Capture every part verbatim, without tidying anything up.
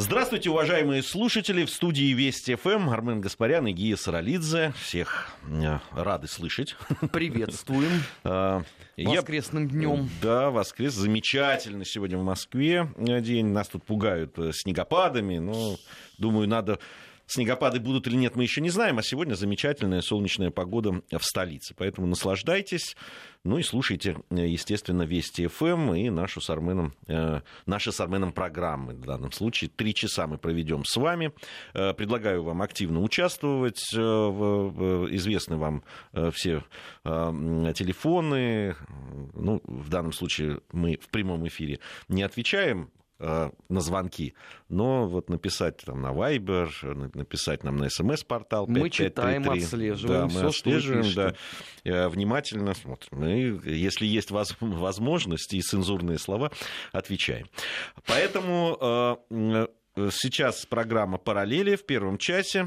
Здравствуйте, уважаемые слушатели. В студии Вести ФМ Армен Гаспарян и Гия Саралидзе. Всех рады слышать. Приветствуем. Воскресным днем. Да, воскрес. Замечательно сегодня в Москве день. Нас тут пугают снегопадами. Но, думаю, надо... Снегопады будут или нет, мы еще не знаем, а сегодня замечательная солнечная погода в столице. Поэтому наслаждайтесь, ну и слушайте, естественно, Вести ФМ и нашу с Арменом, э, наши с Арменом программы. В данном случае три часа мы проведем с вами. Э, предлагаю вам активно участвовать. Э, в, в, известны вам э, все э, телефоны. Ну, в данном случае мы в прямом эфире не отвечаем на звонки, но вот написать там на Viber, написать нам на СМС-портал мы читаем, отслеживаем, да, все, мы отслеживаем, что да, внимательно смотрим. И если есть возможность и цензурные слова, отвечаем. Поэтому сейчас программа «Параллели» в первом часе.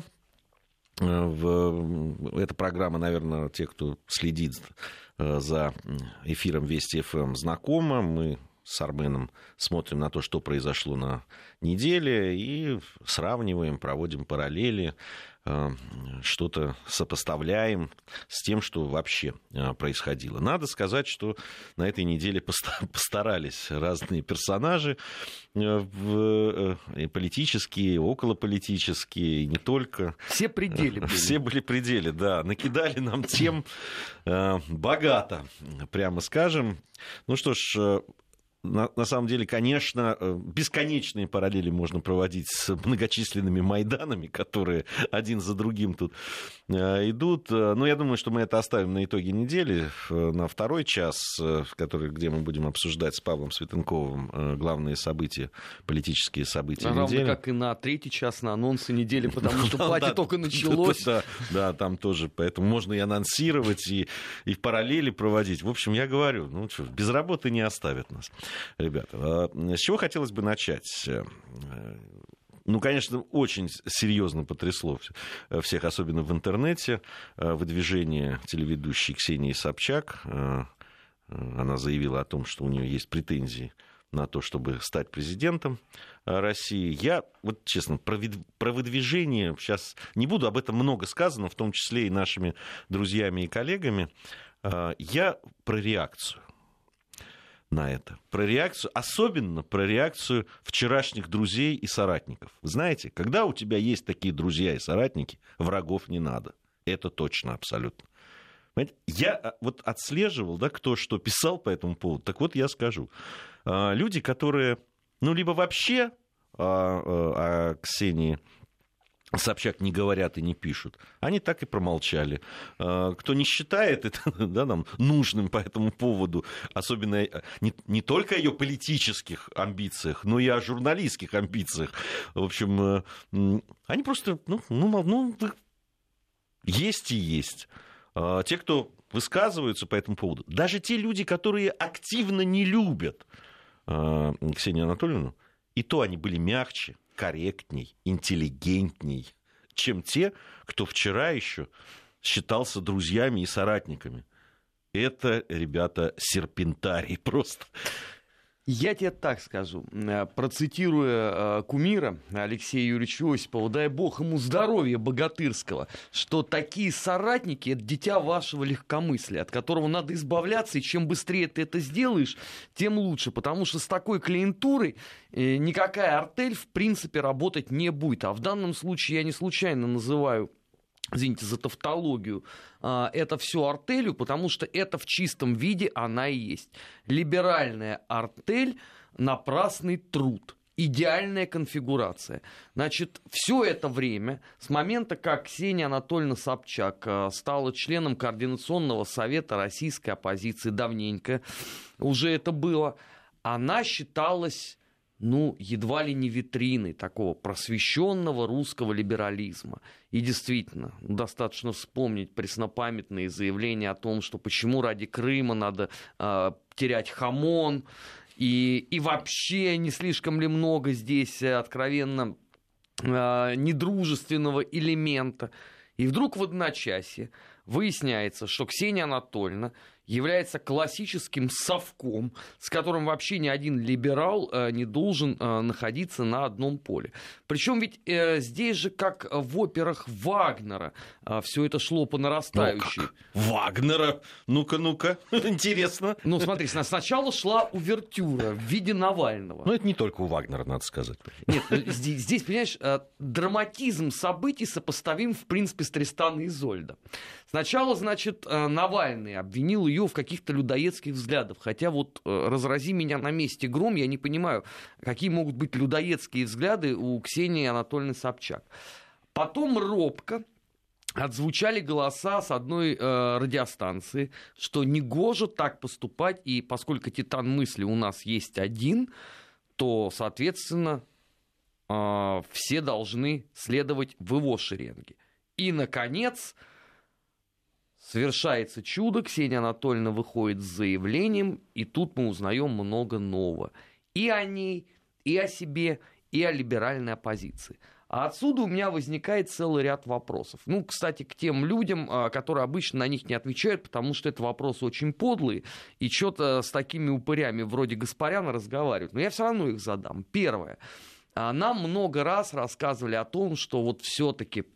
Эта программа, наверное, те, кто следит за эфиром Вести ФМ, знакома. Мы с Арменом смотрим на то, что произошло на неделе, и сравниваем, проводим параллели, что-то сопоставляем с тем, что вообще происходило. Надо сказать, что на этой неделе постарались разные персонажи, и политические, и околополитические, и не только. Все пределы были. Все были пределы, да. Накидали нам тем богато, прямо скажем. Ну что ж... На, на самом деле, конечно, бесконечные параллели можно проводить с многочисленными майданами, которые один за другим тут идут. Но я думаю, что мы это оставим на итоге недели, на второй час, который, где мы будем обсуждать с Павлом Светенковым главные события, политические события равно недели. Как и на третий час, на анонсы недели, потому что платье только началось. Да, там тоже, поэтому можно и анонсировать, и в параллели проводить. В общем, я говорю, ну что, без работы не оставят нас. Ребята, с чего хотелось бы начать? Ну, конечно, очень серьезно потрясло всех, особенно в интернете, выдвижение телеведущей Ксении Собчак. Она заявила о том, что у нее есть претензии на то, чтобы стать президентом России. Я, вот честно, про выдвижение сейчас не буду, об этом много сказано, в том числе и нашими друзьями и коллегами. Я про реакцию на это. Про реакцию, особенно про реакцию вчерашних друзей и соратников. Знаете, когда у тебя есть такие друзья и соратники, врагов не надо. Это точно, абсолютно. Понимаете? Я вот отслеживал, да, кто что писал по этому поводу. Так вот, я скажу. Люди, которые, ну, либо вообще о, о Ксении Собчак не говорят и не пишут, они так и промолчали. Кто не считает это, да, нам, нужным по этому поводу, особенно не, не только о ее политических амбициях, но и о журналистских амбициях, в общем, они просто, ну, ну, ну есть и есть. Те, кто высказываются по этому поводу, даже те люди, которые активно не любят Ксению Анатольевну, и то они были мягче, корректней, интеллигентней, чем те, кто вчера еще считался друзьями и соратниками. Это, ребята, серпентарий просто. Я тебе так скажу, процитируя кумира Алексея Юрьевича Осипова, дай бог ему здоровья богатырского, что такие соратники — это дитя вашего легкомыслия, от которого надо избавляться, и чем быстрее ты это сделаешь, тем лучше, потому что с такой клиентурой никакая артель в принципе работать не будет. А в данном случае я не случайно называю, извините за тавтологию, это все артелью, потому что это в чистом виде она и есть. Либеральная артель, напрасный труд. Идеальная конфигурация. Значит, все это время, с момента, как Ксения Анатольевна Собчак стала членом Координационного совета российской оппозиции, давненько уже это было, она считалась... ну, едва ли не витриной такого просвещенного русского либерализма. И действительно, достаточно вспомнить преснопамятные заявления о том, что почему ради Крыма надо э, терять Хамон, и, и вообще не слишком ли много здесь откровенно э, недружественного элемента. И вдруг в одночасье выясняется, что Ксения Анатольевна является классическим совком, с которым вообще ни один либерал э, не должен э, находиться на одном поле. Причем ведь э, здесь же, как в операх Вагнера, э, все это шло по нарастающей. Ну, Вагнера? Ну-ка, ну-ка, интересно. Ну, смотри, сначала шла увертюра в виде Навального. Ну, это не только у Вагнера, надо сказать. Нет, ну, здесь, здесь, понимаешь, э, драматизм событий сопоставим, в принципе, с Тристана и Изольда. Сначала, значит, э, Навальный обвинил ее в каких-то людоедских взглядах. Хотя вот э, разрази меня на месте гром, я не понимаю, какие могут быть людоедские взгляды у Ксении Анатольевны Собчак. Потом робко отзвучали голоса с одной э, радиостанции, что негоже так поступать, и поскольку титан мысли у нас есть один, то, соответственно, э, все должны следовать в его шеренге. И, наконец, совершается чудо, Ксения Анатольевна выходит с заявлением, и тут мы узнаем много нового. И о ней, и о себе, и о либеральной оппозиции. А отсюда у меня возникает целый ряд вопросов. Ну, кстати, к тем людям, которые обычно на них не отвечают, потому что это вопросы очень подлые, и что-то с такими упырями вроде Гаспаряна разговаривают. Но я все равно их задам. Первое. Нам много раз рассказывали о том, что вот все-таки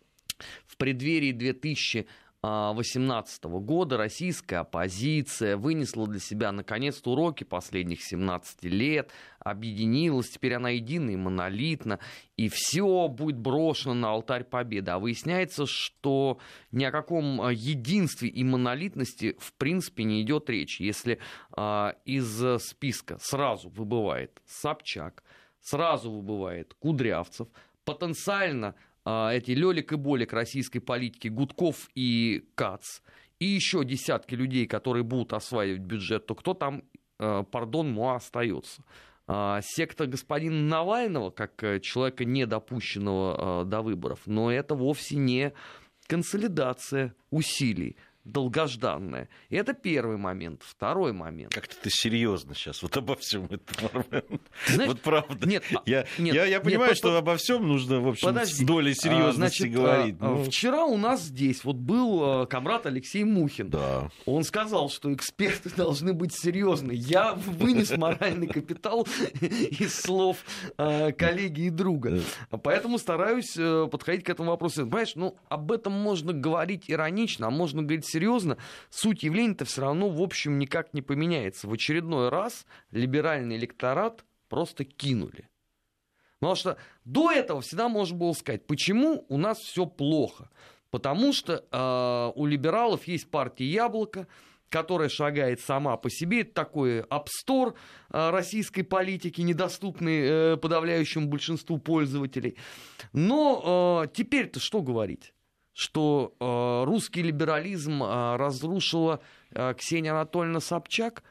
в преддверии две тысячи восемнадцатого года российская оппозиция вынесла для себя наконец-то уроки последних семнадцати лет, объединилась, теперь она едина и монолитна, и все будет брошено на алтарь победы. А выясняется, что ни о каком единстве и монолитности в принципе не идет речи. Если э, из списка сразу выбывает Собчак, сразу выбывает Кудрявцев, потенциально эти Лёлик и Болик российской политики, Гудков и Кац, и еще десятки людей, которые будут осваивать бюджет, то кто там, пардон, муа, остается? Секта господина Навального, как человека, не допущенного до выборов, но это вовсе не консолидация усилий, долгожданная. И это первый момент. Второй момент. Как-то ты серьезно сейчас вот обо всем этом. Знаешь, вот правда. Нет, я, нет, я, я понимаю, нет, что по... обо всем нужно, в общем, Подожди. с долей серьезности а, значит, говорить. А, ну... Вчера у нас здесь вот был комрад Алексей Мухин. Да. Он сказал, что эксперты должны быть серьезны. Я вынес моральный капитал из слов коллеги и друга. Поэтому стараюсь подходить к этому вопросу. Понимаешь, ну, об этом можно говорить иронично, а можно говорить серьезно. Суть явления-то все равно, в общем, никак не поменяется. В очередной раз либеральный электорат просто кинули. Потому что до этого всегда можно было сказать, почему у нас все плохо. Потому что э, у либералов есть партия «Яблоко», которая шагает сама по себе. Это такой апстор э, российской политики, недоступный э, подавляющему большинству пользователей. Но э, теперь-то что говорить? Что э, русский либерализм э, разрушила э, Ксения Анатольевна Собчак?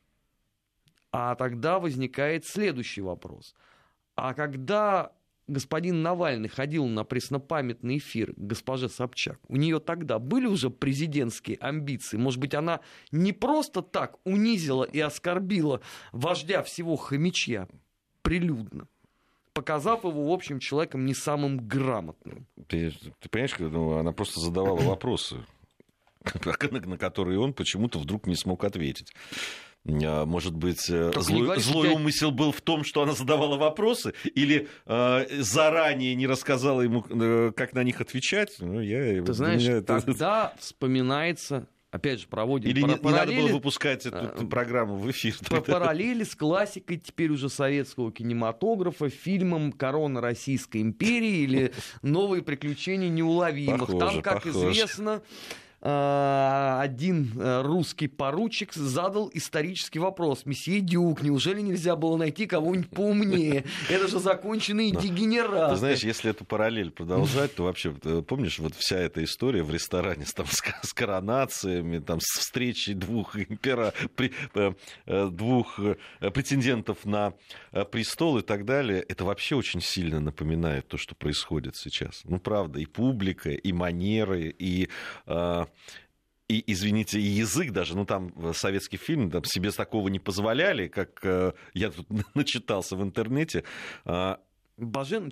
А тогда возникает следующий вопрос. А когда господин Навальный ходил на преснопамятный эфир к госпоже Собчак, у нее тогда были уже президентские амбиции? Может быть, она не просто так унизила и оскорбила вождя всего хомячья прилюдно, показав его, в общем, человеком не самым грамотным? Ты, ты понимаешь, ну, она просто задавала вопросы, на которые он почему-то вдруг не смог ответить. Может быть, злой, говори, злой я... умысел был в том, что она задавала вопросы, или э, заранее не рассказала ему, э, как на них отвечать? Ну, я, Ты знаешь, это... тогда вспоминается... Опять же, проводим Или пара- не, не надо было выпускать эту а, программу в эфир. По параллели с классикой теперь уже советского кинематографа, фильмом «Корона Российской империи» или «Новые приключения неуловимых». Похоже, Там, как похоже. известно, один русский поручик задал исторический вопрос. Месье Дюк, неужели нельзя было найти кого-нибудь поумнее? Это же законченные дегенераты. Ты знаешь, если эту параллель продолжать, то вообще, помнишь, вот вся эта история в ресторане с, там, с коронациями, там, с встречей двух, импера, при, двух претендентов на престол и так далее, это вообще очень сильно напоминает то, что происходит сейчас. Ну, правда, и публика, и манеры, и... И, извините, и язык даже, ну там советский фильм, там себе такого не позволяли, как э, я тут начитался в интернете. Боженочки.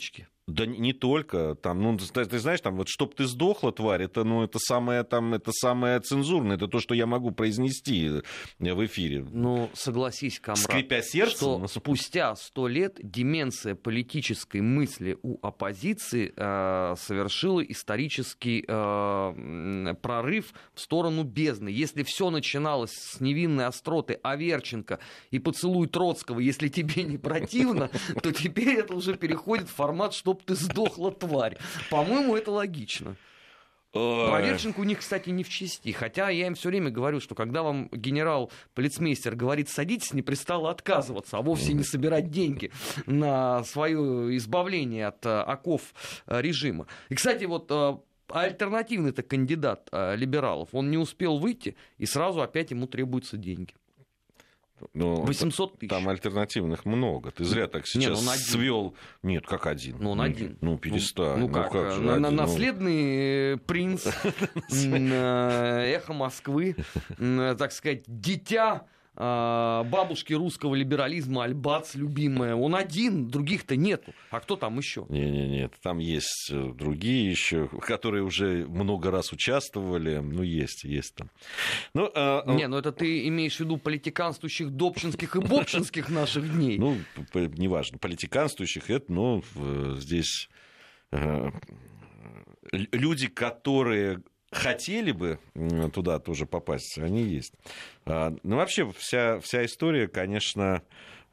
Да не только, там, ну, ты, ты знаешь, там, вот, чтоб ты сдохла, тварь, это, ну, это самое, там, это самое цензурное, это то, что я могу произнести в эфире. Ну, согласись, Камрад, скрипя сердце, что но... спустя сто лет деменция политической мысли у оппозиции э, совершила исторический э, прорыв в сторону бездны. Если все начиналось с невинной остроты Аверченко и поцелуй Троцкого, если тебе не противно, то теперь это уже переходит в формат, чтоб ты сдохла, тварь. По-моему, это логично. Аверченко у них, кстати, не в чести. Хотя я им все время говорю, что когда вам генерал-полицмейстер говорит «садитесь», не пристало отказываться, а вовсе не собирать деньги на свое избавление от оков режима. И, кстати, вот альтернативный-то кандидат либералов, он не успел выйти, и сразу опять ему требуются деньги. Ну, восемьсот тысяч. Там альтернативных много. Ты зря так сейчас Нет, свел. Нет, как один. Ну, он один. Ну, перестань. Ну, ну как, как же на, один? Наследный принц, эхо Москвы, так сказать, дитя бабушки русского либерализма, Альбац, любимая. Он один, других-то нету. А кто там еще? Не-не-нет, там есть другие еще, которые уже много раз участвовали. Ну, есть, есть там. Ну, а... Не, ну это ты имеешь в виду политиканствующих, добчинских и бобчинских наших дней. Ну, неважно, политиканствующих, это, ну, здесь люди, которые... хотели бы туда тоже попасть, они есть. Ну, вообще, вся, вся история, конечно,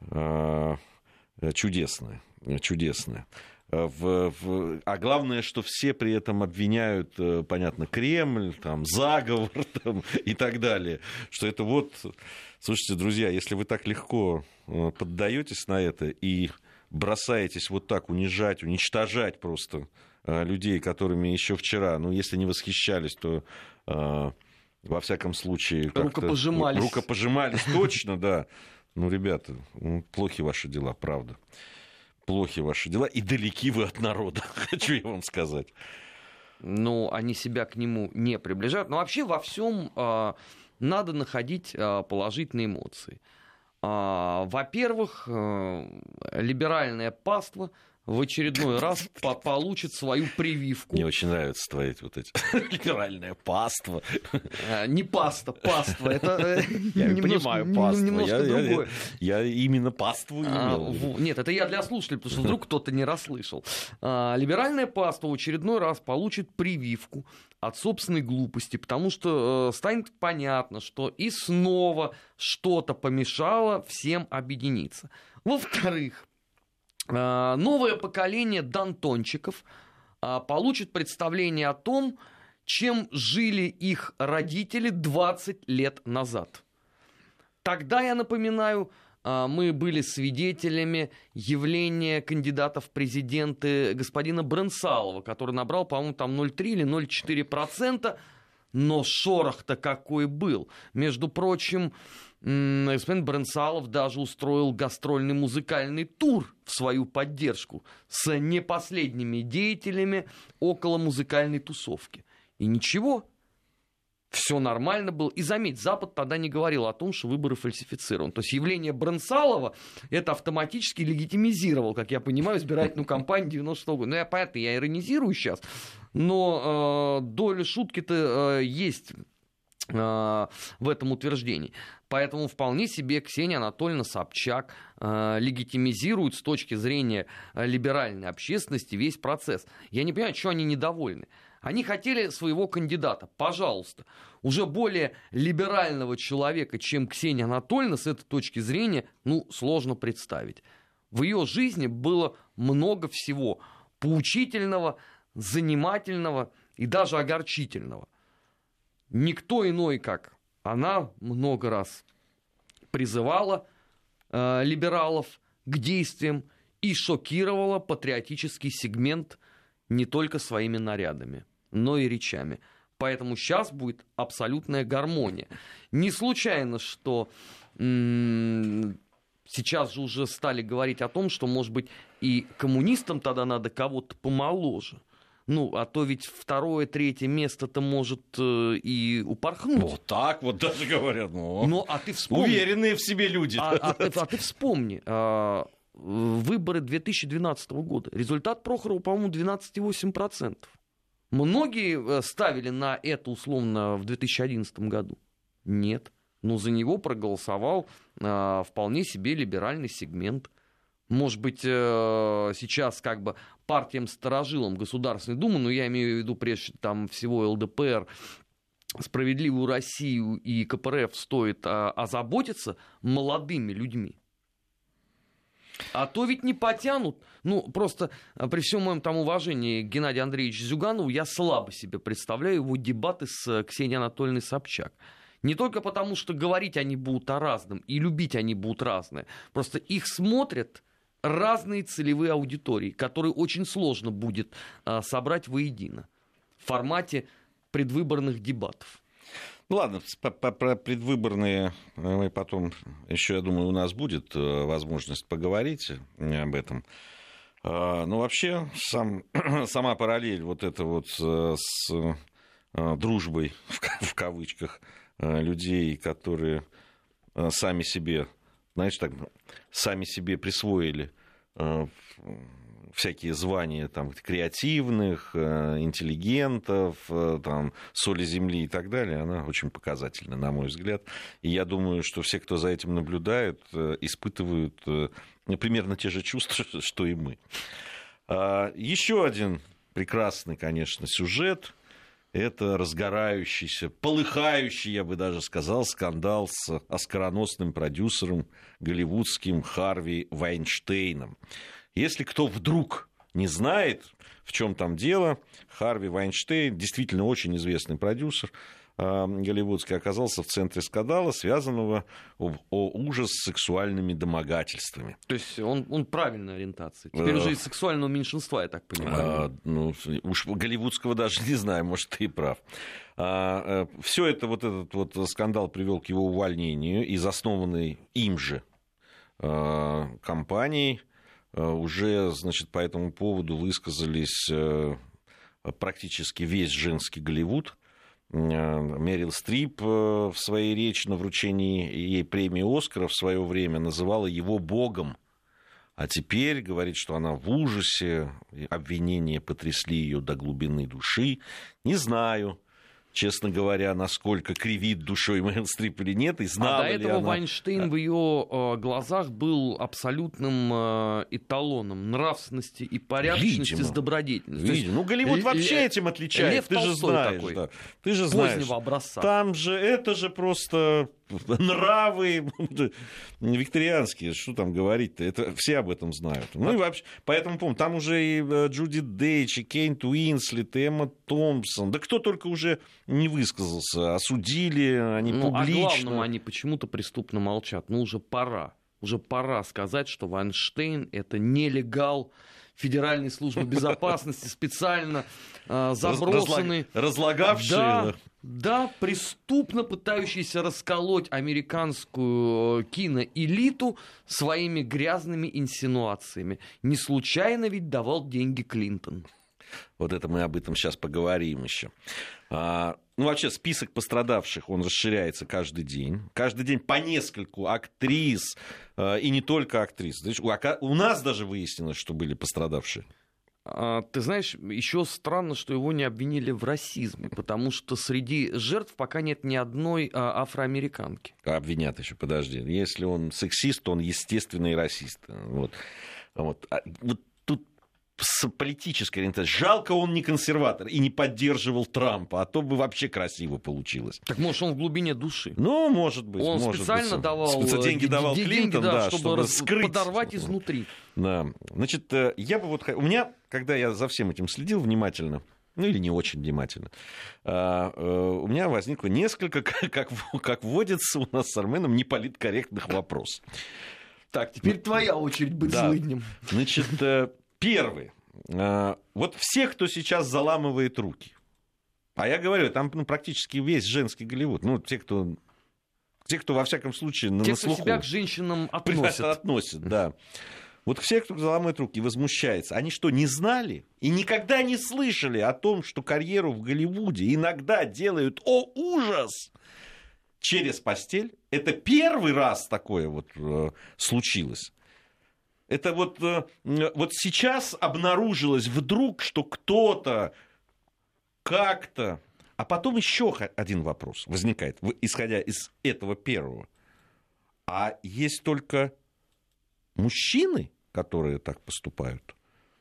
чудесная. Чудесная. В, в... А главное, что все при этом обвиняют, понятно, Кремль, там, заговор там, и так далее. Что это вот... Слушайте, друзья, если вы так легко поддаетесь на это и бросаетесь вот так унижать, уничтожать просто... людей, которыми еще вчера, ну, если не восхищались, то э, во всяком случае... Рукопожимались. Рукопожимались, точно, да. Ну, ребята, ну, плохи ваши дела, правда. Плохи ваши дела, и далеки вы от народа, хочу я вам сказать. Ну, они себя к нему не приближают. Но вообще во всем э, надо находить э, положительные эмоции. Э, во-первых, э, либеральное паство в очередной раз по- получит свою прививку. Мне очень нравятся твои вот эти либеральное паство. А, не паста, паство. Это я не понимаю паство. Немножко я, другое. Я, я именно паству имел. А, в, нет, это я для слушателей, потому что вдруг кто-то не расслышал. А, либеральное паство в очередной раз получит прививку от собственной глупости, потому что э, станет понятно, что и снова что-то помешало всем объединиться. Во-вторых, новое поколение дантончиков получит представление о том, чем жили их родители двадцать лет назад. Тогда, я напоминаю, мы были свидетелями явления кандидата в президенты господина Бренсалова, который набрал, по-моему, там ноль целых три или ноль целых четыре десятых процента, но шорох-то какой был. Между прочим, господин Бренсалов даже устроил гастрольный музыкальный тур в свою поддержку с не последними деятелями около музыкальной тусовки. И ничего, все нормально было. И заметь, Запад тогда не говорил о том, что выборы фальсифицированы. То есть явление Бренсалова это автоматически легитимизировало, как я понимаю, избирательную кампанию девяносто шестого года. Ну, я понятно, я иронизирую сейчас, но э, доля шутки-то э, есть э, в этом утверждении. Поэтому вполне себе Ксения Анатольевна Собчак э, легитимизирует с точки зрения либеральной общественности весь процесс. Я не понимаю, что они недовольны. Они хотели своего кандидата. Пожалуйста. Уже более либерального человека, чем Ксения Анатольевна, с этой точки зрения, ну, сложно представить. В ее жизни было много всего поучительного, занимательного и даже огорчительного. Никто иной, как она, много раз призывала э, либералов к действиям и шокировала патриотический сегмент не только своими нарядами, но и речами. Поэтому сейчас будет абсолютная гармония. Не случайно, что м- сейчас же уже стали говорить о том, что, может быть, и коммунистам тогда надо кого-то помоложе. Ну, а то ведь второе, третье место-то может э, и упорхнуть. Вот так вот даже говорят. Ну, ну а ты вспомни. Уверенные в себе люди. А, а, а, а ты вспомни. Э, выборы две тысячи двенадцатого года. Результат Прохорова, по-моему, двенадцать целых восемь десятых процента. Многие ставили на это условно в две тысячи одиннадцатом году. Нет. Но за него проголосовал э, вполне себе либеральный сегмент. Может быть, э, сейчас как бы партиям-старожилам Государственной Думы, но я имею в виду прежде там всего эл дэ пэ эр, Справедливую Россию и ка пэ эр эф стоит э, озаботиться молодыми людьми. А то ведь не потянут. Ну, просто при всем моем там уважении к Геннадию Андреевичу Зюганову я слабо себе представляю его дебаты с Ксенией Анатольевной Собчак. Не только потому, что говорить они будут о разном, и любить они будут разное. Просто их смотрят разные целевые аудитории, которые очень сложно будет а, собрать воедино в формате предвыборных дебатов. Ну ладно, про предвыборные мы потом, еще, я думаю, у нас будет возможность поговорить об этом. Но вообще сам, сама параллель вот эта вот с дружбой, в кавычках, людей, которые сами себе, знаешь, так, сами себе присвоили всякие звания там, креативных, интеллигентов, там, соли земли и так далее, она очень показательна, на мой взгляд. И я думаю, что все, кто за этим наблюдают, испытывают примерно те же чувства, что и мы. Еще один прекрасный, конечно, сюжет. Это разгорающийся, полыхающий, я бы даже сказал, скандал с оскароносным продюсером голливудским Харви Вайнштейном. Если кто вдруг не знает, в чем там дело, Харви Вайнштейн, действительно очень известный продюсер э, голливудский, оказался в центре скандала, связанного о, о ужас с сексуальными домогательствами. То есть он, он правильной ориентации. Теперь уже из сексуального меньшинства, я так понимаю. А, ну, уж голливудского даже не знаю, может, ты и прав. А, все это, вот этот вот скандал привел к его увольнению из основанной им же а, компании. Уже, значит, по этому поводу высказались практически весь женский Голливуд. Мерил Стрип в своей речи на вручении ей премии «Оскара» в свое время называла его богом. А теперь говорит, что она в ужасе, обвинения потрясли ее до глубины души. Не знаю, честно говоря, насколько кривит душой Мерил Стрип или нет, и знала а до ли этого она... Вайнштейн в ее э, глазах был абсолютным э, эталоном нравственности и порядочности, видимо, с добродетельностью. Видимо. Ну, Голливуд Л- вообще Л- этим отличается, Лев ты же Толстой знаешь. такой, Да. Ты же знаешь. Позднего образца. Там же, это же просто нравы викторианские, что там говорить-то, это все об этом знают. Ну и вообще, поэтому, помню, там уже и Джуди Дейч, и Кейт Уинслет, и Эмма Томпсон, да кто только уже не высказался, осудили, они ну, публично. А главном, они почему-то преступно молчат. Ну, уже пора. Уже пора сказать, что Вайнштейн — это нелегал Федеральной службы безопасности, специально э, забросанный... Разлагавший... Да, да, преступно пытающийся расколоть американскую киноэлиту своими грязными инсинуациями. Не случайно ведь давал деньги Клинтон. Вот это мы об этом сейчас поговорим еще. А, ну, вообще, список пострадавших, он расширяется каждый день. Каждый день по нескольку актрис, а, и не только актрис. Знаешь, у, у нас даже выяснилось, что были пострадавшие. А, ты знаешь, еще странно, что его не обвинили в расизме, потому что среди жертв пока нет ни одной а, афроамериканки. Обвинят еще, подожди. Если он сексист, то он, естественно, и расист. Вот. Вот. А, вот тут с политической ориентацией. Жалко, он не консерватор и не поддерживал Трампа, а то бы вообще красиво получилось. Так может, он в глубине души? Ну, может быть. Он может специально быть. давал Специ... деньги давал деньги, Клинтон, да, да, чтобы, чтобы раз... скрыть. подорвать изнутри. Да. Значит, я бы вот... У меня, когда я за всем этим следил внимательно, ну или не очень внимательно, у меня возникло несколько, как, как водится у нас с Арменом, неполиткорректных вопросов. Так, теперь твоя очередь быть да. злыднем. Значит, первый. Вот все, кто сейчас заламывает руки, а я говорю, там ну, практически весь женский Голливуд, ну, те, кто, те, кто во всяком случае на, те, на слуху. Те, кто себя к женщинам относят. относят, да. Вот все, кто заламывает руки и возмущается, они что, не знали и никогда не слышали о том, что карьеру в Голливуде иногда делают, о, ужас, через постель? Это первый раз такое вот э, случилось. Это вот, вот сейчас обнаружилось вдруг, что кто-то как-то... А потом еще один вопрос возникает, исходя из этого первого. А есть только мужчины, которые так поступают?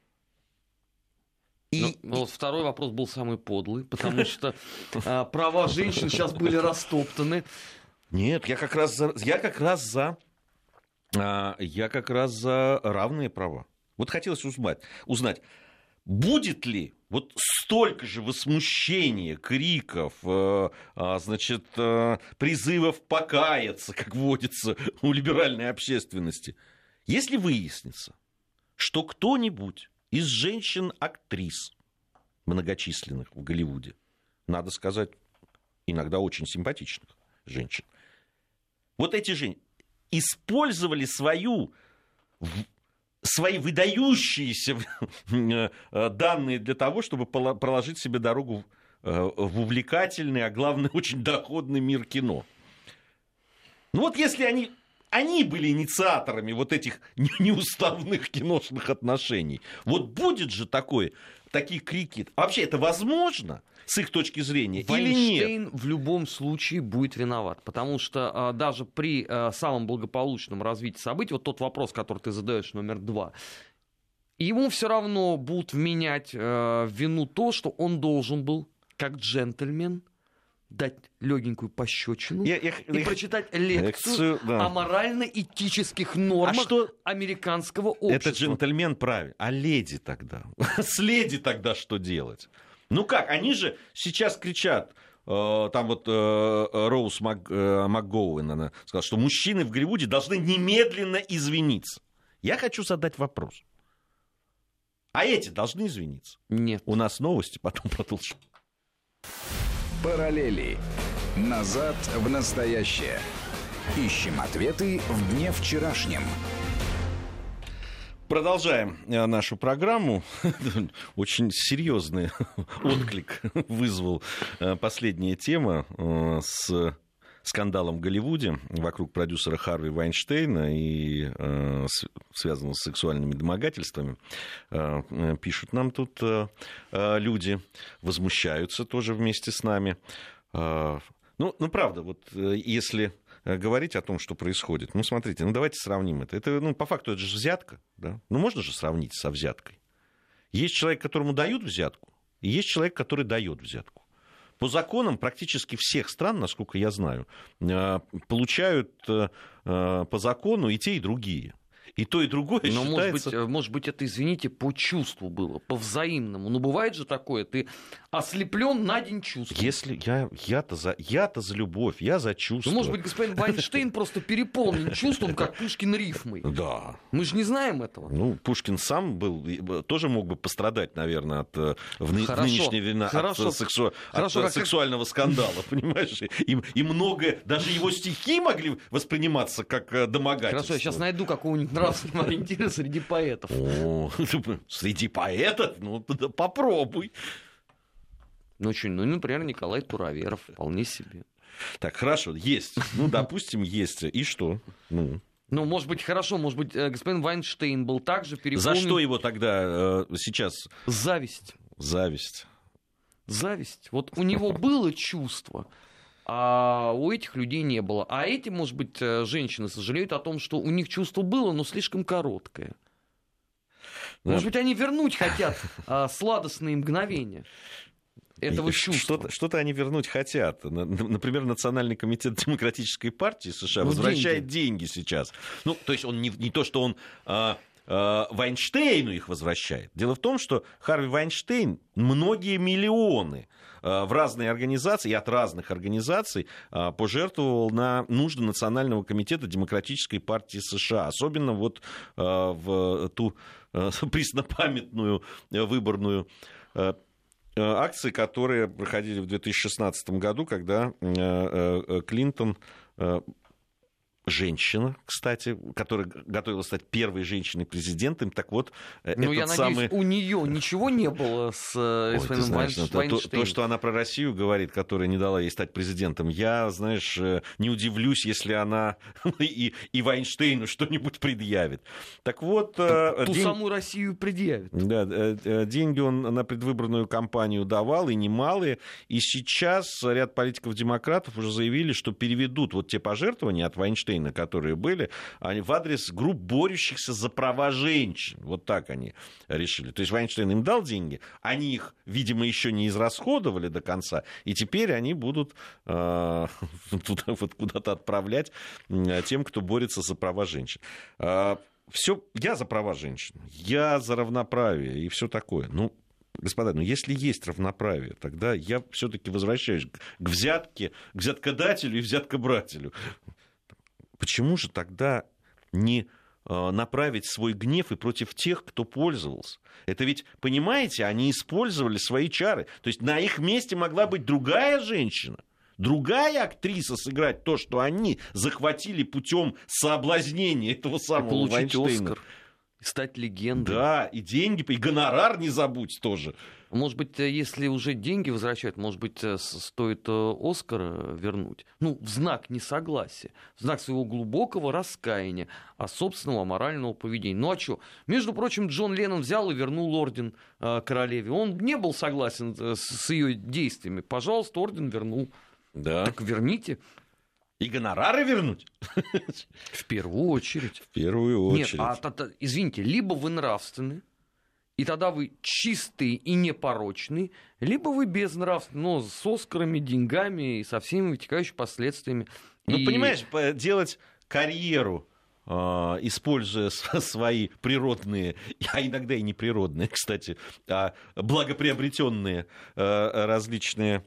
И... Ну, ну, вот второй вопрос был самый подлый, потому что а, права женщин сейчас были растоптаны. Нет, я как раз за, я как раз за, а, я как раз за равные права. Вот хотелось узнать, узнать, будет ли вот столько же возмущения, криков, э, э, значит, э, призывов покаяться, как водится у либеральной общественности, если выяснится, что кто-нибудь из женщин-актрис, многочисленных в Голливуде, надо сказать, иногда очень симпатичных женщин, вот эти женщины использовали свою, свои выдающиеся данные для того, чтобы проложить себе дорогу в увлекательный, а главное, очень доходный мир кино. Ну вот если они... Они были инициаторами вот этих неуставных киношных отношений. Вот будет же такое, такие крики. Вообще это возможно с их точки зрения или нет? Вайнштейн в любом случае будет виноват. Потому что а, даже при а, самом благополучном развитии событий, вот тот вопрос, который ты задаешь, номер два, ему все равно будут вменять а, в вину то, что он должен был, как джентльмен, дать легенькую пощечину я, я, и я, прочитать лекцию, лекцию да. о морально-этических нормах а что... американского общества. Это джентльмен правильно. А леди тогда? С леди тогда что делать? Ну как, они же сейчас кричат, э, там вот э, Роуз Мак, э, МакГоуэн, она сказала, что мужчины в Голливуде должны немедленно извиниться. Я хочу задать вопрос. А эти должны извиниться? Нет. У нас новости, потом продолжим. Параллели. Назад в настоящее. Ищем ответы в дне вчерашнем. Продолжаем нашу программу. Очень серьезный отклик вызвал последняя тема с скандалом в Голливуде вокруг продюсера Харви Вайнштейна и э, связанного с сексуальными домогательствами. Э, пишут нам тут э, люди, возмущаются тоже вместе с нами. Э, ну, ну, правда, вот э, если говорить о том, что происходит, ну, смотрите, ну, давайте сравним это. Это, ну, по факту, это же взятка, да? Ну, можно же сравнить со взяткой. Есть человек, которому дают взятку, и есть человек, который дает взятку. По законам практически всех стран, насколько я знаю, получают по закону и те, и другие. И то, и другое Но, считается... может быть, может быть, это, извините, по чувству было, по взаимному. Ну, бывает же такое, ты ослеплен на день чувств. Если я, я-то, за, я-то за любовь, я за чувства. Ну, может быть, господин Вайнштейн просто переполнен чувством, как Пушкин рифмой. Да. Мы же не знаем этого. Ну, Пушкин сам был, тоже мог бы пострадать, наверное, от, в нынешней войне, от, сексу... Хорошо, от как... сексуального скандала, понимаешь? И, и многое, даже его стихи могли восприниматься как домогательство. Хорошо, я сейчас найду какого-нибудь нравственного ориентира среди поэтов. О, среди поэтов? Ну, попробуй. Ну, что, ну, например, Николай Туроверов, вполне себе. Так, хорошо, есть. Ну, допустим, есть. И что? Ну, ну может быть, хорошо, может быть, господин Вайнштейн был также переполнен... За что его тогда э, сейчас... Зависть. Зависть. Зависть. Вот у него было чувство, а у этих людей не было. А эти, может быть, женщины сожалеют о том, что у них чувство было, но слишком короткое. Может быть, они вернуть хотят а, сладостные мгновения этого чувства. Что-то, что-то они вернуть хотят. Например, Национальный комитет Демократической партии США ну, возвращает деньги. деньги сейчас. Ну, то есть он не, не то, что он а, а, Вайнштейну их возвращает. Дело в том, что Харви Вайнштейн многие миллионы в разные организации и от разных организаций пожертвовал на нужды Национального комитета Демократической партии США. Особенно вот в ту преснопамятную выборную акции, которые проходили в две тысячи шестнадцатом году, когда Клинтон женщина, кстати, которая готовилась стать первой женщиной-президентом. Так вот, ну, этот я самый... надеюсь, у нее ничего не было с Эсвеном Вайнштейном. То, то, что она про Россию говорит, которая не дала ей стать президентом, я, знаешь, не удивлюсь, если она и, и Вайнштейну что-нибудь предъявит. Так вот... Ту день... самую Россию предъявит. Да, деньги он на предвыборную кампанию давал, и немалые. И сейчас ряд политиков-демократов уже заявили, что переведут вот те пожертвования от Вайнштейна, которые были, они в адрес групп, борющихся за права женщин. Вот так они решили. То есть Вайнштейн им дал деньги, они их, видимо, еще не израсходовали до конца, и теперь они будут э, туда, вот куда-то отправлять э, тем, кто борется за права женщин. Э, все, я за права женщин, я за равноправие и все такое. Ну, господа, ну если есть равноправие, тогда я все-таки возвращаюсь к взятке, к взяткодателю и взяткобрателю. Почему же тогда не направить свой гнев и против тех, кто пользовался? Это ведь, понимаете, они использовали свои чары. То есть на их месте могла быть другая женщина, другая актриса сыграть то, что они захватили путем соблазнения этого самого Вайнштейна. Оскар. Стать легендой. Да, и деньги, и гонорар не забудь тоже. Может быть, если уже деньги возвращают, может быть, стоит Оскар вернуть? Ну, в знак несогласия, в знак своего глубокого раскаяния от собственного морального поведения. Ну, а что? Между прочим, Джон Леннон взял и вернул орден королеве. Он не был согласен с ее действиями. Пожалуйста, орден вернул. Да. Так верните. И гонорары вернуть? В первую очередь. В первую очередь. Нет, а, а, а, извините, либо вы нравственны, и тогда вы чистые и непорочные, либо вы безнравственны, но с Оскарами, деньгами и со всеми вытекающими последствиями. Ну, и... понимаешь, делать карьеру, используя свои природные, а иногда и неприродные, кстати, а благоприобретенные различные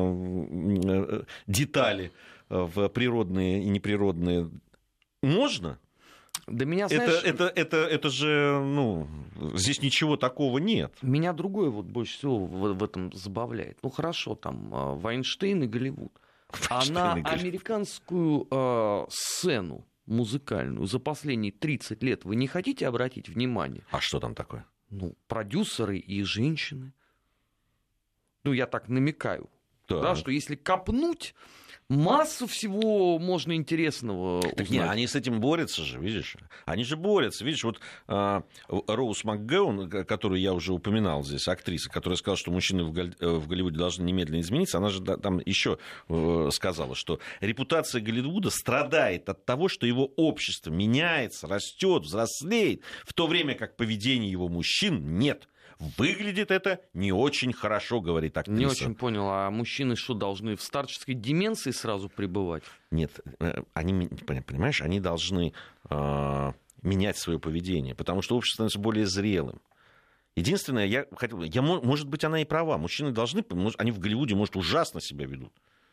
детали в природные и неприродные, можно? Да меня, знаешь, это, это, это, это же, ну, здесь ничего такого нет. Меня другое вот больше всего в, в этом забавляет. Ну, хорошо, там, Вайнштейн и Голливуд. Вайнштейн а на и Голливуд. Американскую э, сцену музыкальную за последние тридцать лет вы не хотите обратить внимание? А что там такое? Ну, продюсеры и женщины. Ну, я так намекаю. Да, что если копнуть, массу всего можно интересного так узнать. Нет, они с этим борются же, видишь? Они же борются. Видишь, вот э, Роуз МакГоун, которую я уже упоминал здесь, актриса, которая сказала, что мужчины в, Голли... в Голливуде должны немедленно измениться, она же там еще э, сказала, что репутация Голливуда страдает от того, что его общество меняется, растет, взрослеет, в то время как поведение его мужчин нет. Выглядит это не очень хорошо, говорит актриса. Не очень понял, а мужчины что, должны в старческой деменции сразу пребывать? Нет, они, понимаешь, они должны э, менять свое поведение, потому что общество становится более зрелым. Единственное, я хотел, я, может быть, она и права. Мужчины должны, они в Голливуде, может, ужасно себя ведут.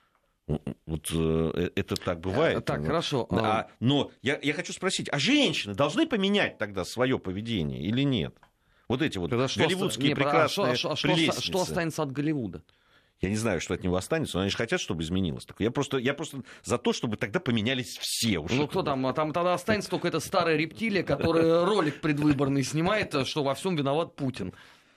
Вот э, это так бывает. Так, но, хорошо. А, но я, я хочу спросить, а женщины должны поменять тогда свое поведение или нет? Вот эти вот тогда голливудские что, прекрасные а что, а что, прелестницы. Что останется от Голливуда? Я не знаю, что от него останется, но они же хотят, чтобы изменилось. Я просто, я просто за то, чтобы тогда поменялись все. Уж ну кто там? Там тогда останется только эта старая рептилия, которая ролик предвыборный снимает, что во всем виноват Путин.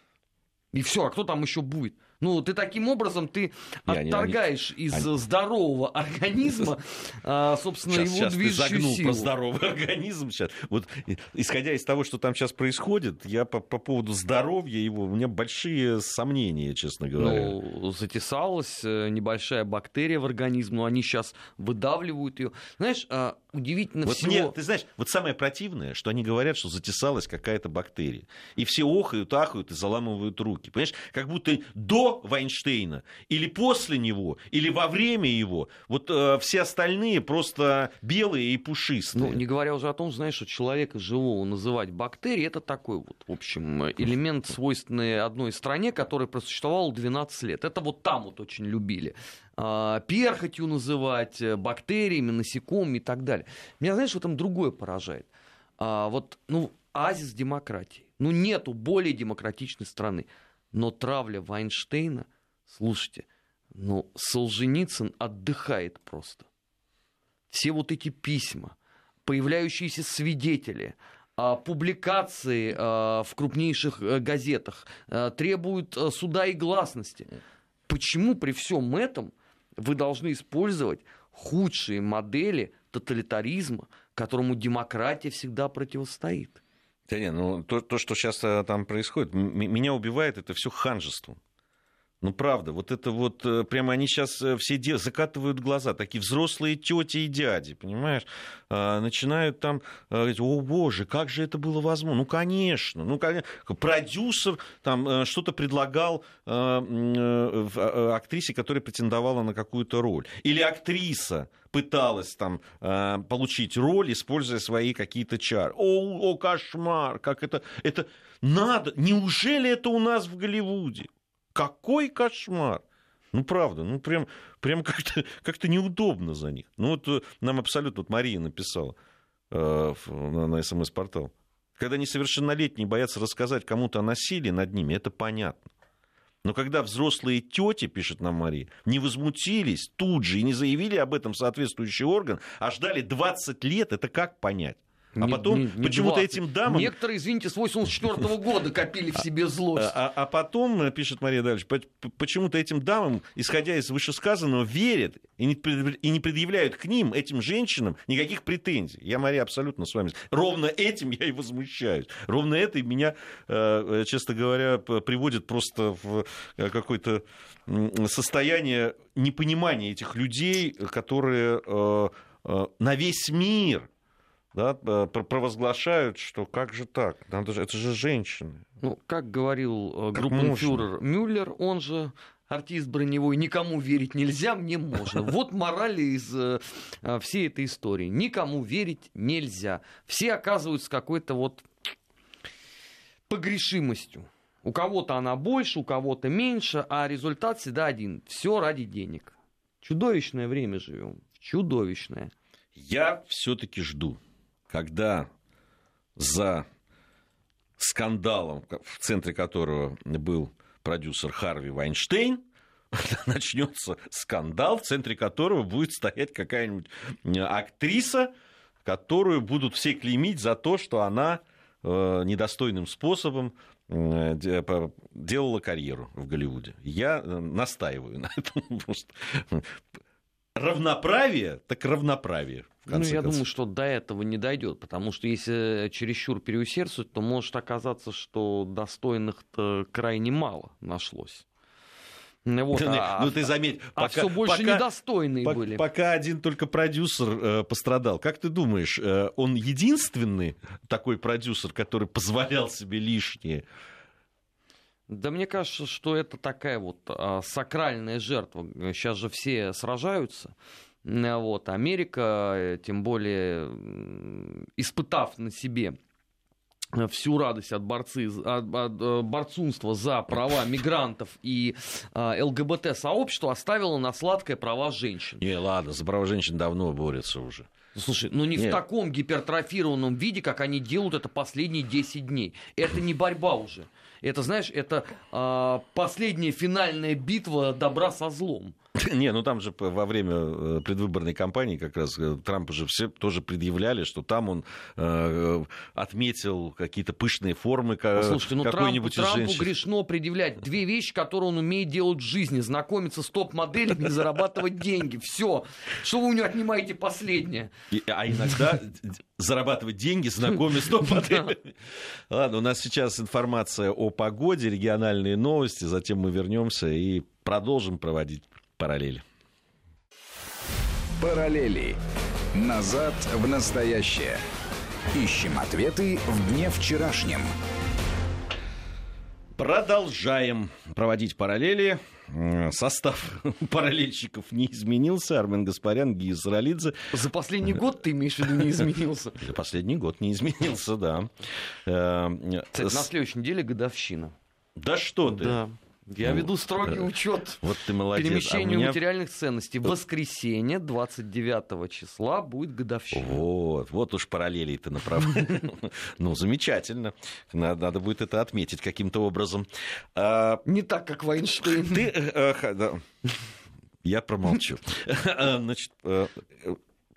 И все, а кто там еще будет? Ну, ты таким образом ты не, отторгаешь они, из они... здорового организма, собственно, сейчас, его сейчас движущую ты загнул силу. Про здоровый организм сейчас. Вот, исходя из того, что там сейчас происходит, я по, по поводу здоровья его, у меня большие сомнения, честно говоря. Ну, затесалась небольшая бактерия в организм, но они сейчас выдавливают ее. Знаешь, удивительно вот всего... Мне, ты знаешь, вот самое противное, что они говорят, что затесалась какая-то бактерия. И все охают, ахают и заламывают руки. Понимаешь, как будто до Вайнштейна, или после него, или во время его, вот э, все остальные просто белые и пушистые. Ну, не говоря уже о том, знаешь, что человека живого называть бактерией, это такой вот, в общем, элемент, свойственный одной стране, который просуществовал двенадцать лет. Это вот там вот очень любили. Перхотью называть, бактериями, насекомыми и так далее. Меня, знаешь, в этом другое поражает. Вот, ну, оазис демократии. Ну, нету более демократичной страны. Но травля Вайнштейна, слушайте, ну, Солженицын отдыхает просто. Все вот эти письма, появляющиеся свидетели, публикации в крупнейших газетах требуют суда и гласности. Почему при всем этом вы должны использовать худшие модели тоталитаризма, которому демократия всегда противостоит? Да нет, ну то, то, что сейчас там происходит, м- меня убивает это все ханжеством. Ну, правда, вот это вот, прямо они сейчас все де- закатывают глаза, такие взрослые тети и дяди, понимаешь, а, начинают там говорить: о, боже, как же это было возможно? Ну, конечно, ну, конечно. Продюсер там что-то предлагал а, а, актрисе, которая претендовала на какую-то роль. Или актриса пыталась там а, получить роль, используя свои какие-то чары. О, о, кошмар, как это, это надо, неужели это у нас в Голливуде? Какой кошмар! Ну, правда, ну, прям, прям как-то, как-то неудобно за них. Ну, вот нам абсолютно, вот Мария написала э, на, на СМС-портал. Когда несовершеннолетние боятся рассказать кому-то о насилии над ними, это понятно. Но когда взрослые тети, пишет нам Мария, не возмутились тут же и не заявили об этом в соответствующий орган, а ждали двадцать лет, это как понять? А Не- потом не- не почему-то двадцать. этим дамам... Некоторые, извините, с восемьдесят четвёртого года копили в себе злость. А, а потом, пишет Мария дальше, почему-то этим дамам, исходя из вышесказанного, верят и не, пред- и не предъявляют к ним, этим женщинам, никаких претензий. Я, Мария, абсолютно с вами. Ровно этим я и возмущаюсь. Ровно это и меня, честно говоря, приводит просто в какое-то состояние непонимания этих людей, которые на весь мир... Да, провозглашают, что как же так? Надо же, это же женщины. Ну, как говорил группенфюрер Мюллер, он же артист броневой, никому верить нельзя, мне можно. Вот мораль из э, всей этой истории. Никому верить нельзя. Все оказываются какой-то вот погрешимостью. У кого-то она больше, у кого-то меньше, а результат всегда один. Все ради денег. Чудовищное время живем. Чудовищное. Я все-таки жду, когда за скандалом, в центре которого был продюсер Харви Вайнштейн, начнется скандал, в центре которого будет стоять какая-нибудь актриса, которую будут все клеймить за то, что она э, недостойным способом э, делала карьеру в Голливуде. Я настаиваю на этом. Просто. Равноправие, так равноправие. Ну, я концов. думаю, что до этого не дойдет, потому что если чересчур переусердствовать, то может оказаться, что достойных-то крайне мало нашлось. Вот, ну, а, ну, ты заметь, а пока, все больше пока, недостойные по, были. Пока один только продюсер э, пострадал. Как ты думаешь, э, он единственный такой продюсер, который позволял себе лишнее? Да мне кажется, что это такая вот а, сакральная жертва. Сейчас же все сражаются. Вот. Америка, тем более, испытав на себе всю радость от, борцы, от, от борцунства за права мигрантов и а, ЛГБТ-сообщества, оставила на сладкое права женщин. Не, ладно, за права женщин давно борются уже. Слушай, ну не Нет. в таком гипертрофированном виде, как они делают это последние десять дней. Это не борьба уже. Это, знаешь, это а, последняя финальная битва добра со злом. Не, ну там же во время предвыборной кампании как раз Трампу же все тоже предъявляли, что там он э, отметил какие-то пышные формы Слушайте, ну какой-нибудь Трампу, из женщин. Трампу грешно предъявлять две вещи, которые он умеет делать в жизни. Знакомиться с топ-моделями и зарабатывать деньги. Все. Что вы у него отнимаете последнее? И, а иногда зарабатывать деньги, знакомясь с топ-моделями. Ладно, у нас сейчас информация о погоде, региональные новости. Затем мы вернемся и продолжим проводить параллели. Параллели. Назад в настоящее. Ищем ответы в дне вчерашнем. Продолжаем проводить параллели. Состав параллельщиков не изменился. Армен Гаспарян, Гия Саралидзе. За последний год ты имеешь в виду не изменился? За последний год не изменился, да. Кстати, на следующей неделе годовщина. Да что ты? Да. Я ну, веду строгий да. учет вот ты молодец. перемещению а меня... материальных ценностей. В воскресенье, двадцать девятого числа, будет годовщина. Вот, вот уж параллели ты направляешь. Ну, замечательно. Надо будет это отметить каким-то образом. Не так, как Вайнштейн. Ты... Я промолчу. Значит...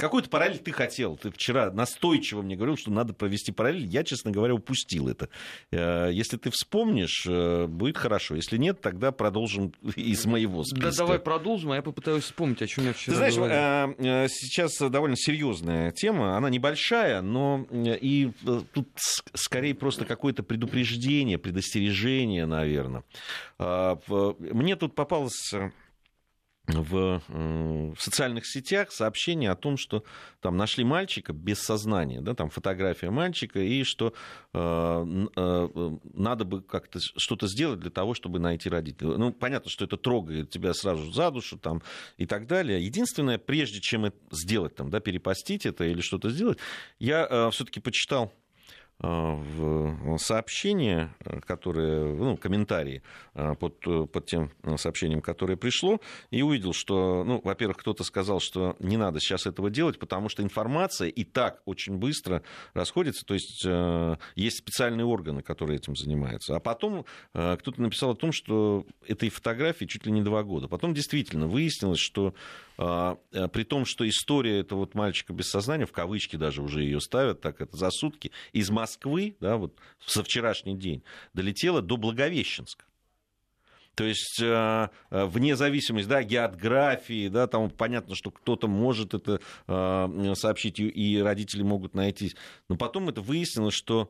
какую-то параллель ты хотел. Ты вчера настойчиво мне говорил, что надо провести параллель. Я, честно говоря, упустил это. Если ты вспомнишь, будет хорошо. Если нет, тогда продолжим из моего списка. Да, давай продолжим, а я попытаюсь вспомнить, о чем я вчера Ты знаешь, говорил. Сейчас довольно серьезная тема. Она небольшая, но и тут скорее просто какое-то предупреждение, предостережение, наверное. Мне тут попалось в, в социальных сетях сообщение о том, что там нашли мальчика без сознания, да, там фотография мальчика, и что э, э, надо бы как-то что-то сделать для того, чтобы найти родителей. Ну, понятно, что это трогает тебя сразу за душу там, и так далее. Единственное, прежде чем это сделать, там, да, перепостить это или что-то сделать, я э, все-таки почитал в сообщение, которое, ну, комментарии под, под тем сообщением, которое пришло, и увидел, что, ну, во-первых, кто-то сказал, что не надо сейчас этого делать, потому что информация и так очень быстро расходится, то есть есть специальные органы, которые этим занимаются. А потом кто-то написал о том, что этой фотографии чуть ли не два года. Потом действительно выяснилось, что при том, что история этого вот мальчика без сознания, в кавычки даже уже ее ставят, так это за сутки, из Москвы, да, вот со вчерашний день, долетела до Благовещенска. То есть вне зависимости, да, географии, да, там понятно, что кто-то может это сообщить, и родители могут найти. Но потом это выяснилось, что,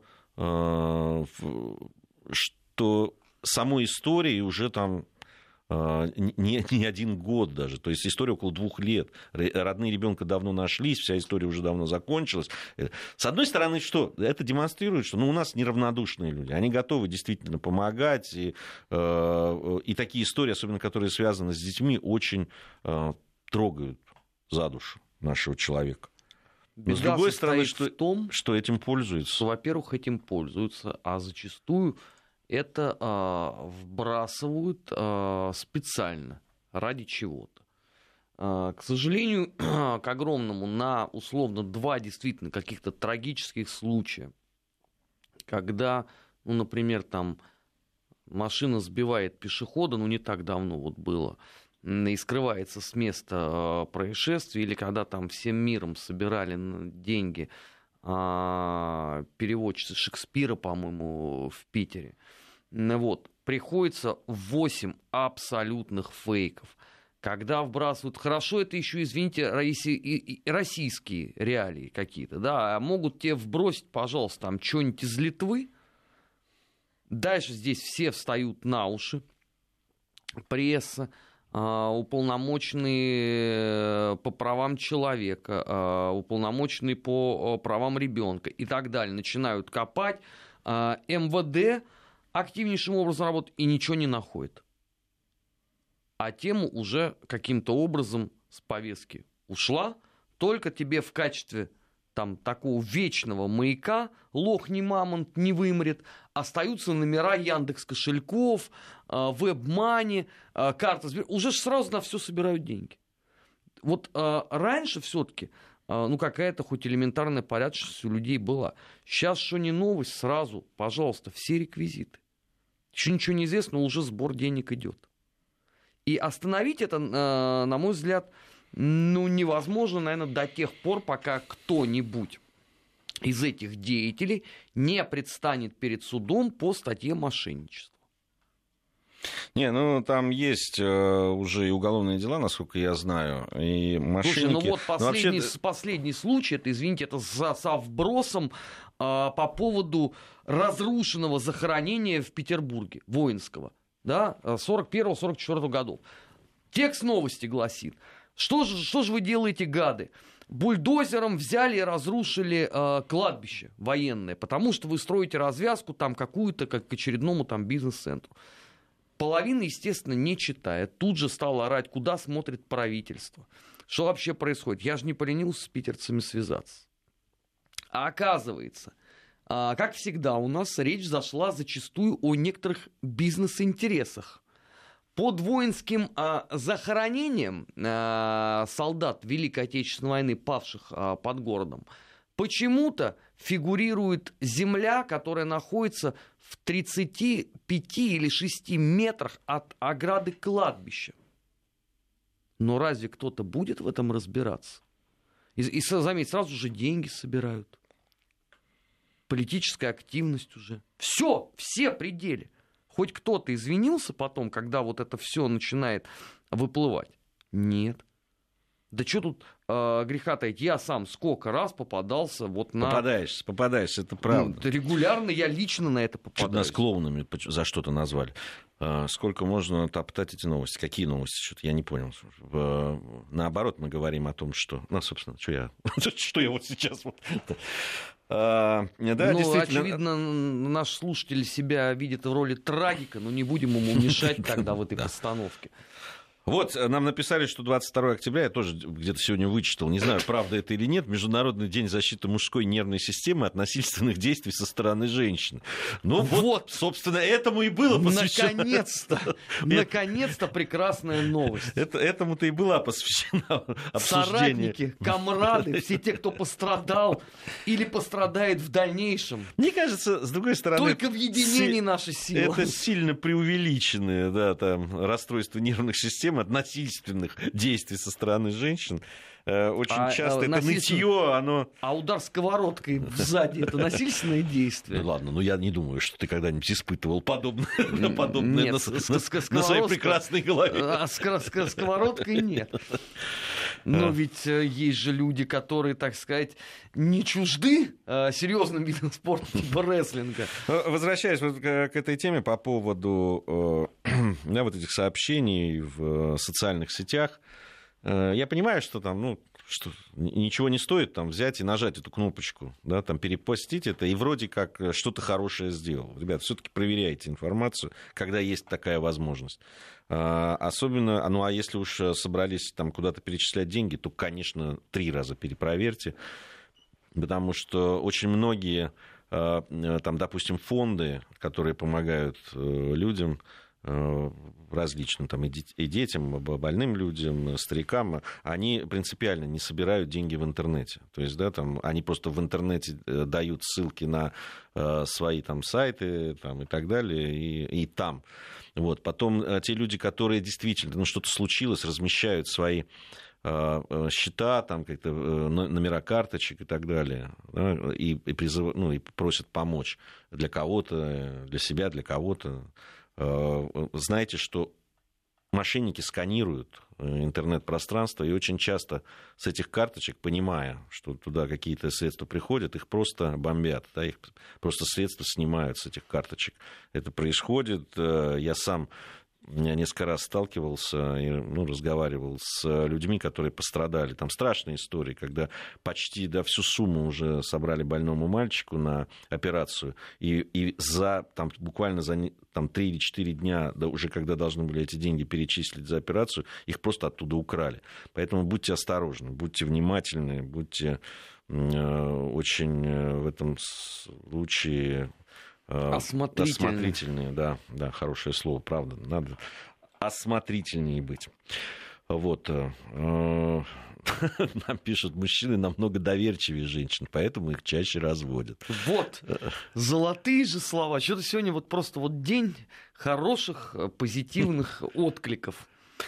что самой истории уже там Не, не один год даже, то есть история около двух лет. Родные ребенка давно нашлись, вся история уже давно закончилась. С одной стороны, что? Это демонстрирует, что ну, у нас неравнодушные люди, они готовы действительно помогать, и, и такие истории, особенно которые связаны с детьми, очень трогают за душу нашего человека. Но Беда с другой стороны, что, в том, что этим пользуются. Что, во-первых, этим пользуются, а зачастую это а, вбрасывают а, специально, ради чего-то. А, к сожалению, к огромному, на условно два действительно каких-то трагических случая, когда, ну, например, там машина сбивает пешехода, ну, не так давно вот было, и скрывается с места а, происшествия, или когда там всем миром собирали деньги а, переводчицы Шекспира, по-моему, в Питере. Вот, приходится восемь абсолютных фейков. Когда вбрасывают... Хорошо, это еще, извините, российские реалии какие-то, да, могут тебе вбросить, пожалуйста, там что-нибудь из Литвы. Дальше здесь все встают на уши. Пресса, уполномоченные по правам человека, уполномоченные по правам ребенка и так далее. Начинают копать. эм вэ дэ активнейшим образом работает и ничего не находит. А тема уже каким-то образом с повестки ушла. Только тебе в качестве там такого вечного маяка, лох не мамонт, не вымрет, остаются номера Яндекс кошельков, веб-мани, карта Сбер. Уже сразу на все собирают деньги. Вот раньше все-таки ну, какая-то хоть элементарная порядочность у людей была. Сейчас, что не новость, сразу, пожалуйста, все реквизиты. Еще ничего не известно, но уже сбор денег идет. И остановить это, на мой взгляд, ну, невозможно, наверное, до тех пор, пока кто-нибудь из этих деятелей не предстанет перед судом по статье мошенничества. Не, ну там есть э, уже и уголовные дела, насколько я знаю, и мошенники. Слушай, ну вот последний, вообще... последний случай, это, извините, это со, со вбросом э, по поводу разрушенного захоронения в Петербурге, воинского, да, сорок первого сорок четвёртого годов. Текст новости гласит, что же, что же вы делаете, гады? Бульдозером взяли и разрушили э, кладбище военное, потому что вы строите развязку там какую-то, как к очередному там бизнес-центру. Половина, естественно, не читая, тут же стала орать, куда смотрит правительство. Что вообще происходит? Я же не поленился с питерцами связаться. А оказывается, как всегда, у нас речь зашла зачастую о некоторых бизнес-интересах. Под воинским захоронением солдат Великой Отечественной войны, павших под городом, почему-то фигурирует земля, которая находится в тридцати пяти или шести метрах от ограды кладбища. Но разве кто-то будет в этом разбираться? И, и заметь, сразу же деньги собирают. Политическая активность уже. Все, все пределы. Хоть кто-то извинился потом, когда вот это все начинает выплывать? Нет. Да что тут э, греха таить? Я сам сколько раз попадался вот на... Попадаешься, попадаешься, это правда. Ну, регулярно я лично на это попадаюсь. Что-то нас клоунами за что-то назвали. А, сколько можно топтать эти новости? Какие новости? Что-то я не понял. Наоборот, мы говорим о том, что... Ну, собственно, что я, что я вот сейчас... Вот... А, да, ну, очевидно, наш слушатель себя видит в роли трагика, но не будем ему мешать тогда в этой постановке. Вот, нам написали, что двадцать второго октября, я тоже где-то сегодня вычитал, не знаю, правда это или нет, Международный день защиты мужской нервной системы от насильственных действий со стороны женщин. Ну вот, вот собственно, этому и было посвящено. Наконец-то, наконец-то прекрасная новость. Это, этому-то и была посвящена обсуждение. Соратники, комрады, все те, кто пострадал или пострадает в дальнейшем. Мне кажется, с другой стороны... Только в единении си... наша сила. Это сильно преувеличенное, да, там, расстройство нервных систем от насильственных действий со стороны женщин. Очень а, часто а, это нытье, оно... А удар сковородкой сзади — это насильственное действие? Ну ладно, но я не думаю, что ты когда-нибудь испытывал подобное, подобное нет, на, с, на, с, на своей прекрасной голове. А с, с сковородкой нет. Но ведь есть же люди, которые, так сказать, не чужды серьезным видом спорта типа рестлинга. Возвращаясь вот к этой теме по поводу да, вот этих сообщений в социальных сетях, я понимаю, что там, ну, что ничего не стоит там взять и нажать эту кнопочку, да, там перепостить это и вроде как что-то хорошее сделал. Ребят, все-таки проверяйте информацию, когда есть такая возможность. А, особенно, ну, а если уж собрались там куда-то перечислять деньги, то, конечно, три раза перепроверьте, потому что очень многие, там, допустим, фонды, которые помогают людям, различным там, и детям, больным людям, старикам, они принципиально не собирают деньги в интернете. То есть, да, там, они просто в интернете дают ссылки на э, свои там, сайты там, и так далее, и, и там. Вот. Потом те люди, которые действительно, ну, что-то случилось, размещают свои э, счета, там, как-то, э, номера карточек и так далее, да, и, и, призыв, ну, и просят помочь для кого-то, для себя, для кого-то. Знаете, что мошенники сканируют интернет-пространство, и очень часто с этих карточек, понимая, что туда какие-то средства приходят, их просто бомбят, да, их просто средства снимают с этих карточек. Это происходит. Я сам я несколько раз сталкивался и ну, разговаривал с людьми, которые пострадали. Там страшные истории, когда почти да, всю сумму уже собрали больному мальчику на операцию, и, и за, там, буквально за там, три или четыре дня, да, уже когда должны были эти деньги перечислить за операцию, их просто оттуда украли. Поэтому будьте осторожны, будьте внимательны, будьте э, очень э, в этом случае... Осмотрительные. Осмотрительные, да, да, хорошее слово, правда. Надо осмотрительнее быть. Вот. Нам пишут, мужчины намного доверчивее женщин, поэтому их чаще разводят. Вот, золотые же слова. Что-то сегодня вот просто вот день хороших, позитивных откликов.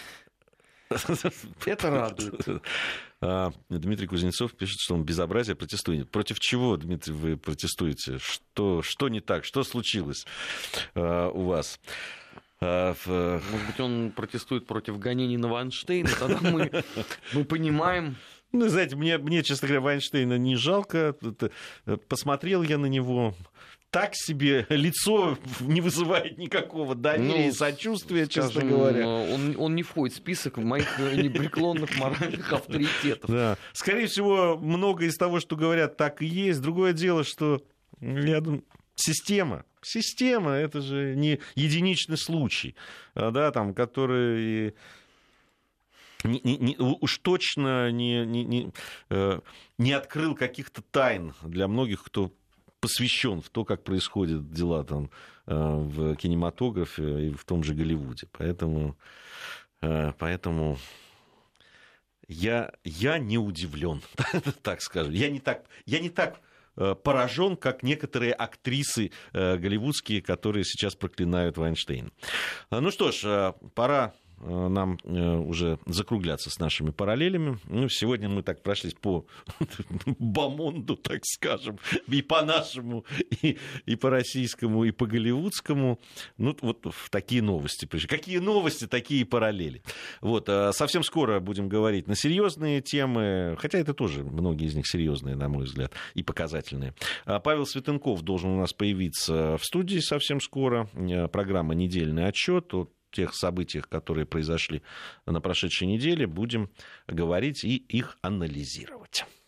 Это радует. Дмитрий Кузнецов пишет, что он безобразие протестует. Против чего, Дмитрий, вы протестуете? Что, что не так? Что случилось uh, у вас? Uh, в... Может быть, он протестует против гонений на Вайнштейна? Тогда мы, мы понимаем... Ну, знаете, мне, мне, честно говоря, Вайнштейна не жалко. Посмотрел я на него... Так себе лицо не вызывает никакого доверия ну, и сочувствия, скажем, честно говоря. Он, он не входит в список моих непреклонных моральных авторитетов. Да. Скорее всего, многое из того, что говорят, так и есть. Другое дело, что я думаю, система. Система — это же не единичный случай, да, там, который... Не, не, не, уж точно не, не, не, не открыл каких-то тайн для многих, кто посвящен в то, как происходят дела там в кинематографе и в том же Голливуде. Поэтому, поэтому я, я не удивлен, так скажем. Я не так, я не так поражен, как некоторые актрисы голливудские, которые сейчас проклинают Вайнштейна. Ну что ж, пора нам уже закругляться с нашими параллелями. Ну, сегодня мы так прошлись по бомонду, так скажем, и по нашему, и, и по российскому, и по голливудскому. Ну, вот в такие новости пришли. Какие новости, такие параллели. Вот. Совсем скоро будем говорить на серьезные темы, хотя это тоже многие из них серьезные, на мой взгляд, и показательные. Павел Светенков должен у нас появиться в студии совсем скоро. Программа «Недельный отчет» о тех событиях, которые произошли на прошедшей неделе. Будем говорить и их анализировать.